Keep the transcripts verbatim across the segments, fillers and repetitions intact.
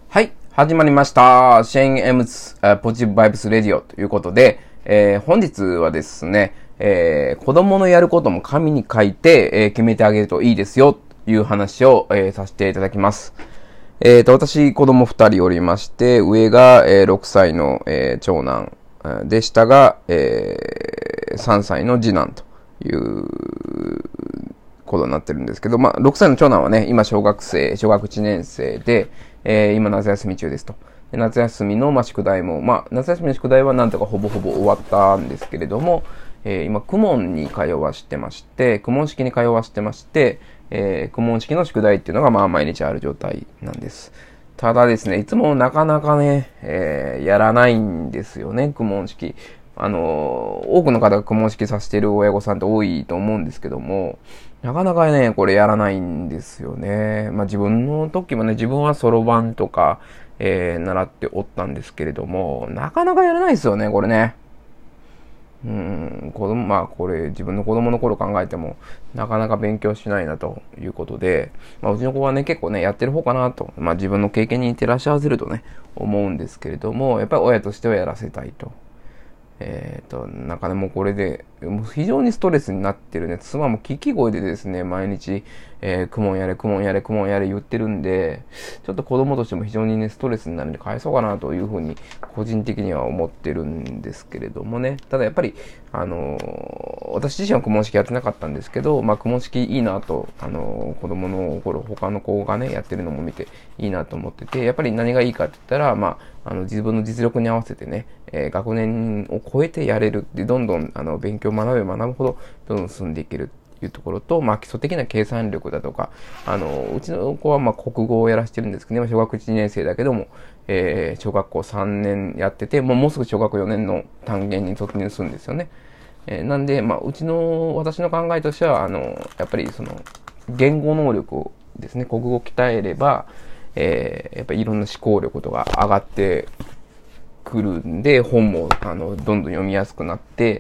はい、始まりました。シェイン・エムズ、ポジティブ・バイブス・レディオということで、えー、本日はですね、えー、子供のやることも紙に書いて、えー、決めてあげるといいですよという話を、えー、させていただきます。えーと、私、子供二人おりまして、上が、えー、ろくさいの、えー、長男で、下が、えー、さんさいの次男ということになってるんですけど、まあ、ろくさいの長男はね、今小学生、小学いちねん生で、えー、今夏休み中ですと。で夏休みの、まあ、宿題も、まあ、夏休みの宿題はなんとかほぼほぼ終わったんですけれども、えー、今、公文に通わしてまして、公文式に通わしてまして、えー、公文式の宿題っていうのが、まあ、毎日ある状態なんです。ただですね、いつもなかなかね、えー、やらないんですよね、公文式。あのー、多くの方が公文式させている親御さんって多いと思うんですけども、なかなかね、これやらないんですよね。まあ自分の時もね、自分はそろばんとか、えー、習っておったんですけれども、なかなかやらないですよね、これね。うん、子供、まあこれ自分の子供の頃考えても、なかなか勉強しないなということで、まあうちの子はね、結構ね、やってる方かなと、まあ自分の経験に照らし合わせるとね、思うんですけれども、やっぱり親としてはやらせたいと。えっと、なんかね、もうこれで、もう非常にストレスになってるね。妻も聞き声でですね、毎日、えー、クモンやれ、クモンやれ、クモンやれ言ってるんで、ちょっと子供としても非常にね、ストレスになるんで返そうかなというふうに、個人的には思ってるんですけれどもね。ただやっぱり、あのー、私自身は公文式やってなかったんですけど、まあ、公文式いいなと、あのー、子供の頃、他の子がね、やってるのも見ていいなと思ってて、やっぱり何がいいかって言ったら、まあ、あの、自分の実力に合わせてね、えー、学年を超えてやれるって、どんどん、あの、勉強を学べば学ぶほど、どんどん進んでいけるっていうところと、まあ、基礎的な計算力だとか、あの、うちの子は、まあ、国語をやらせてるんですけど、ね、小学いちねん生だけども、えー、小学校さんねんやってて、もうもうすぐ小学よねんの単元に突入するんですよね。えー、なんで、まあ、うちの、私の考えとしては、あの、やっぱりその、言語能力をですね、国語を鍛えれば、えー、やっぱりいろんな思考力とか上がってくるんで、本も、あの、どんどん読みやすくなって、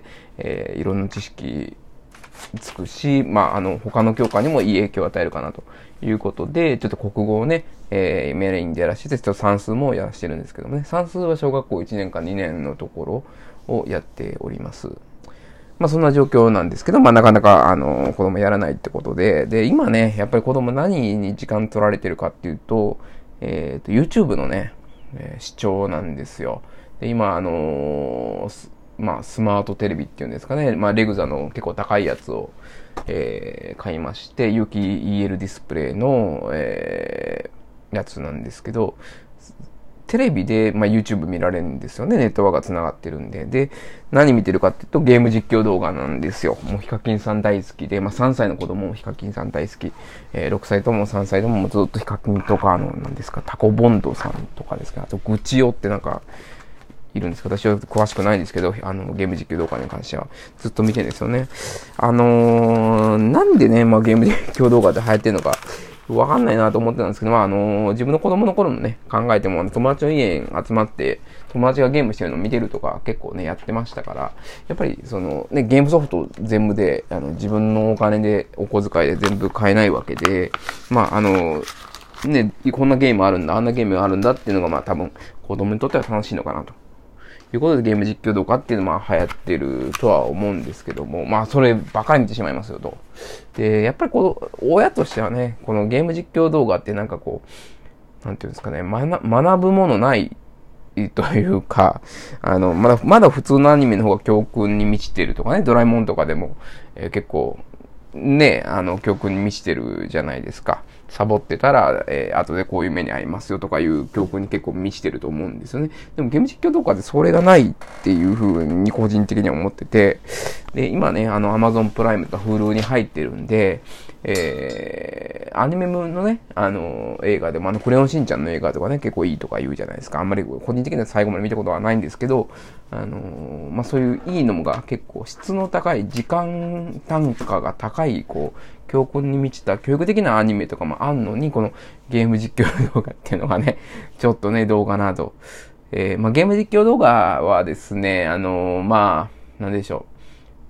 えー、いろんな知識つくし、まあ、あの、他の教科にもいい影響を与えるかなということで、ちょっと国語をね、えー、メインでやらせて、ちょっと算数もやらせてるんですけどもね、算数は小学校いちねんかにねんのところをやっております。まあそんな状況なんですけど、まあなかなかあの子供やらないってことで、で、今ね、やっぱり子供何に時間取られてるかっていうと、えっと、YouTube のね、えー視聴なんですよ。で、今あのーすまあスマートテレビっていうんですかね、まあレグザの結構高いやつを、えー買いまして、有機 イーエル ディスプレイの、えーやつなんですけど、テレビで、まあ、YouTube 見られるんですよね。ネットワークが繋がってるんで。で、何見てるかっていうと、ゲーム実況動画なんですよ。もうヒカキンさん大好きで、まあ、さんさいの子供もヒカキンさん大好き。えー、ろくさいともさんさいともずっとヒカキンとか、あの、なんですか、タコボンドさんとかですか、あと、グチオってなんか、いるんですけど、私は詳しくないんですけど、あの、ゲーム実況動画に関しては、ずっと見てるんですよね。あのー、なんでね、まあ、ゲーム実況動画で流行ってるのか、わかんないなと思ってたんですけど、まあ、あのー、自分の子供の頃のね、考えても、友達の家に集まって、友達がゲームしてるのを見てるとか、結構ね、やってましたから、やっぱり、その、ね、ゲームソフト全部で、あの、自分のお金で、お小遣いで全部買えないわけで、まあ、あのー、ね、こんなゲームあるんだ、あんなゲームあるんだっていうのが、まあ、多分、子供にとっては楽しいのかなと。いうことでゲーム実況動画っていうのは流行ってるとは思うんですけども、まあそればかり見てしまいますよと。で、やっぱりこう、親としてはね、このゲーム実況動画ってなんかこう、なんていうんですかね、学学ぶものないというか、あの、まだ、まだ普通のアニメの方が教訓に満ちてるとかね、ドラえもんとかでも、えー結構、ね、あの、教訓に満ちてるじゃないですか。サボってたら、えー、後でこういう目に遭いますよとかいう教訓に結構満ちてると思うんですよね。でもゲーム実況動画でそれがないっていう風に個人的には思ってて、で、今ね、あの、Amazon プライムと Hulu に入ってるんで、えー、アニメのね、あの、映画でも、あの、クレヨンしんちゃんの映画とかね、結構いいとか言うじゃないですか。あんまり個人的には最後まで見たことはないんですけど、あの、まあ、そういういいのが結構質の高い、時間単価が高い、こう、教訓に満ちた教育的なアニメとかもあんのに、このゲーム実況動画っていうのがね、ちょっとね、どうかなと。えー、まあ、ゲーム実況動画はですね、あの、まあ、なんでしょう。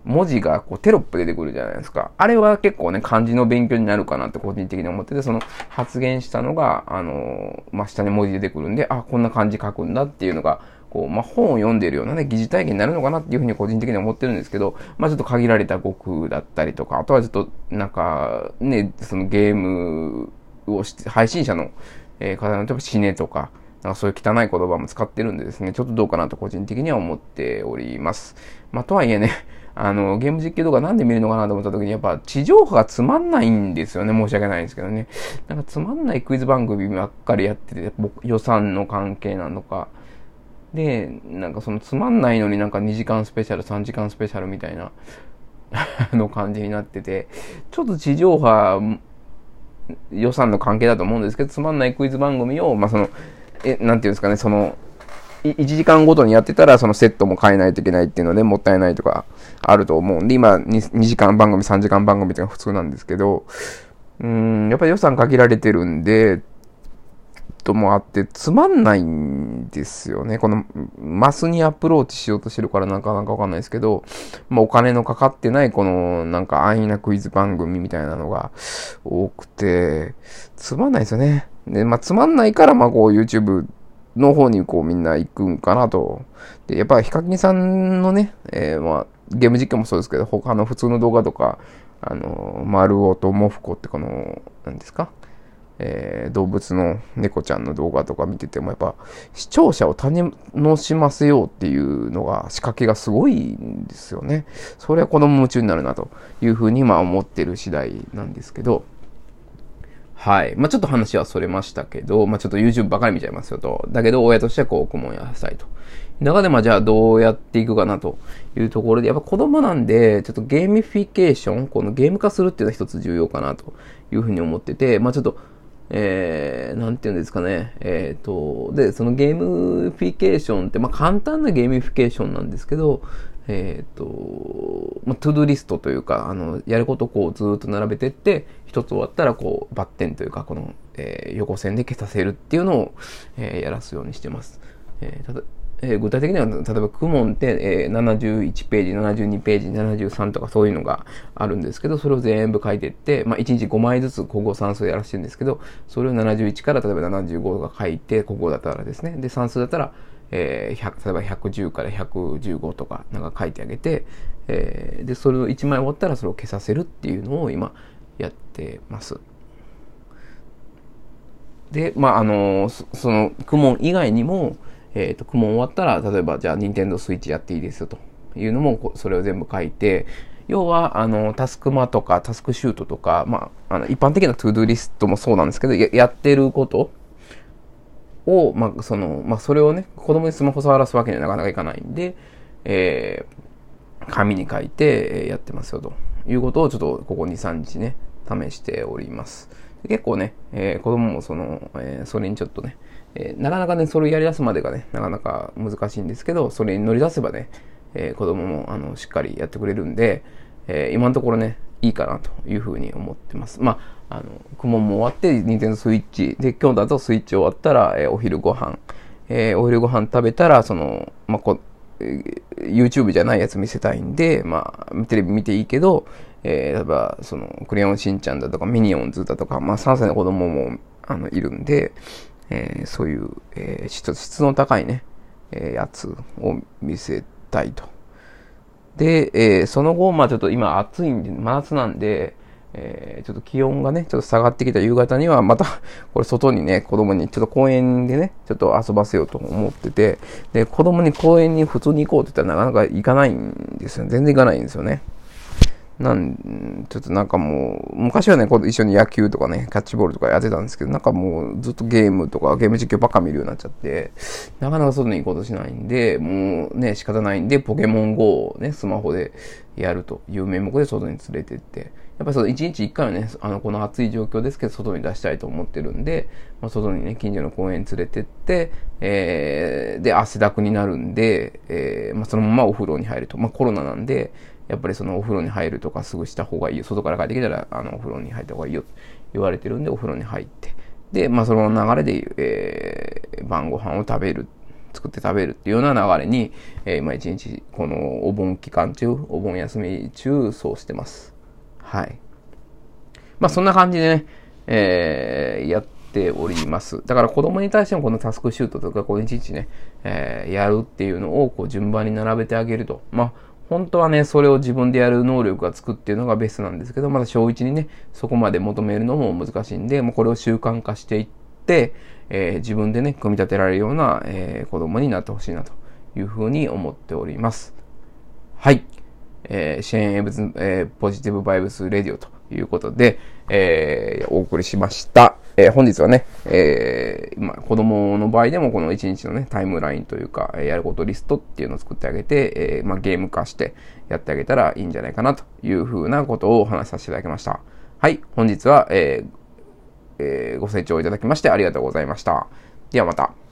文字がこうテロップ出てくるじゃないですか。あれは結構ね、漢字の勉強になるかなって個人的に思ってて、その発言したのが、あのー、まあ、下に文字出てくるんで、あ、こんな漢字書くんだっていうのが、こう、まあ、本を読んでるようなね、疑似体験になるのかなっていうふうに個人的に思ってるんですけど、まあ、ちょっと限られた語句だったりとか、あとはちょっと、なんか、ね、そのゲームをして、配信者の、えー、方の、例えば死ねとか、なんかそういう汚い言葉も使ってるんでですね、ちょっとどうかなと個人的には思っております。まあ、とはいえね、あの、ゲーム実況動画なんで見るのかなと思った時に、やっぱ地上波がつまんないんですよね。申し訳ないんですけどね。なんかつまんないクイズ番組ばっかりやってて、予算の関係なのか。で、なんかそのつまんないのになんかにじかんスペシャル、さんじかんスペシャルみたいなの感じになってて、ちょっと地上波予算の関係だと思うんですけど、つまんないクイズ番組を、まあその、え、なんていうんですかね、その、いちじかんごとにやってたら、そのセットも変えないといけないっていうので、もったいないとかあると思うんで、今に、にじかん番組、さんじかん番組っていうのが普通なんですけど、うーん、やっぱり予算限られてるんで、ともあって、つまんないんですよね。この、マスにアプローチしようとしてるからなんかなんかわかんないですけど、まあお金のかかってない、この、なんか安易なクイズ番組みたいなのが多くて、つまんないですよね。で、まあつまんないから、まあこう YouTube、の方にこうみんな行くんかなと。で、やっぱりヒカキンさんのね、えー、まあ、ゲーム実況もそうですけど、他の普通の動画とか、あの、丸尾とモフコってこの、何ですか、えー、動物の猫ちゃんの動画とか見てても、やっぱ視聴者を楽しませようっていうのが、仕掛けがすごいんですよね。それは子供夢中になるなというふうにまあ思ってる次第なんですけど、はい。まあ、ちょっと話はそれましたけど、まあ、ちょっと YouTube ばかり見ちゃいますよと。だけど、親としてはこう、公文やらせたいと。中でまあ、じゃあどうやっていくかなというところで、やっぱ子供なんで、ちょっとゲーミフィケーション、このゲーム化するっていうのは一つ重要かなというふうに思ってて、まあ、ちょっと、えー、なんていうんですかね。えっと、で、そのゲームフィケーションって、まあ、簡単なゲーミフィケーションなんですけど、えっ、ー、と、まあ、トゥードゥリストというか、あの、やることをこうずっと並べていって、一つ終わったらこう、バッテンというか、この、えー、横線で消させるっていうのを、えー、やらすようにしてます。えー、ただえー、具体的には、例えば、クモンって、えー、ななじゅういちページ、ななじゅうにページ、ななじゅうさんとかそういうのがあるんですけど、それを全部書いていって、まあ、いちにちごまいずつ国語算数やらせてるんですけど、それをななじゅういちから例えばななじゅうごが書いて、国語だったらですね。で、算数だったら、えー、ひゃく例えばひゃくじゅうからひゃくじゅうごとかなんか書いてあげて、えー、で、それをいちまい終わったらそれを消させるっていうのを今やってます。で、まあ、あのー、そ, その、クモン以外にも、えっと、クモン終わったら、例えばじゃあ、ニンテンドースイッチやっていいですよというのも、それを全部書いて、要は、あの、タスクマとか、タスクシュートとか、まあ、あの、一般的なトゥードゥリストもそうなんですけど、や, やってることを、まあ、その、まあ、それをね、子供にスマホ触らすわけにはなかなかいかないんで、えー、紙に書いてやってますよということをちょっとここに、さんにちね、試しております。結構ね、えー、子供もその、えー、それにちょっとね、えー、なかなかね、それをやり出すまでがね、なかなか難しいんですけど、それに乗り出せばね、えー、子供も、あの、しっかりやってくれるんで、えー、今のところね、いいかなというふうに思ってます。まあ、あの、クモンも終わって、ニンテンドースイッチ。で、今日だとスイッチ終わったら、えー、お昼ご飯。えー、お昼ご飯食べたら、その、まあ、こ、えー、YouTube じゃないやつ見せたいんで、まあ、テレビ見ていいけど、えー、例えば、その、クレヨンしんちゃんだとか、ミニオンズだとか、まあ、さんさいの子供も、あの、いるんで、えー、そういう、えー、質、質の高いね、えー、やつを見せたいと。で、えー、その後、まあちょっと今暑いんで、真夏なんで、えー、ちょっと気温がね、ちょっと下がってきた夕方には、また、これ外にね、子供にちょっと公園でね、ちょっと遊ばせようと思ってて、で、子供に公園に普通に行こうって言ったらなかなか行かないんですよ。全然行かないんですよね。なん、ちょっとなんかもう、昔はね、一緒に野球とかね、キャッチボールとかやってたんですけど、なんかもうずっとゲームとかゲーム実況ばっか見るようになっちゃって、なかなか外に行こうとしないんで、もうね、仕方ないんで、ポケモン ゴー をね、スマホでやるという名目で外に連れてって、やっぱりそのいちにちいっかいはね、あの、この暑い状況ですけど、外に出したいと思ってるんで、まあ、外にね、近所の公園に連れてって、えー、で、汗だくになるんで、えー、まあ、そのままお風呂に入ると。まあ、コロナなんで、やっぱりそのお風呂に入るとかすぐした方がいいよ。外から帰ってきたら、あの、お風呂に入った方がいいよと言われてるんで、お風呂に入って。で、まあ、その流れで、えー、晩ご飯を食べる作って食べるっていうような流れに、えー、今一日、このお盆期間中、お盆休み中、そうしてます。はい。まあそんな感じでね、えー、やっております。だから子供に対してもこのタスクシュートとか、こう一日ね、えー、やるっていうのをこう順番に並べてあげると。まあ本当はね、それを自分でやる能力がつくっていうのがベストなんですけど、まだ小いちにね、そこまで求めるのも難しいんで、もうこれを習慣化していって、えー、自分でね、組み立てられるような、えー、子供になってほしいなというふうに思っております。はい。えー、シェーン・エブズ、えー、ポジティブ・バイブス・レディオということで、えー、お送りしました。えー、本日はね、えー、まあ、子供の場合でもこの一日のね、タイムラインというか、やることリストっていうのを作ってあげて、えー、まあ、ゲーム化してやってあげたらいいんじゃないかなというふうなことをお話しさせていただきました。はい、本日は、えーえー、ご清聴いただきましてありがとうございました。ではまた。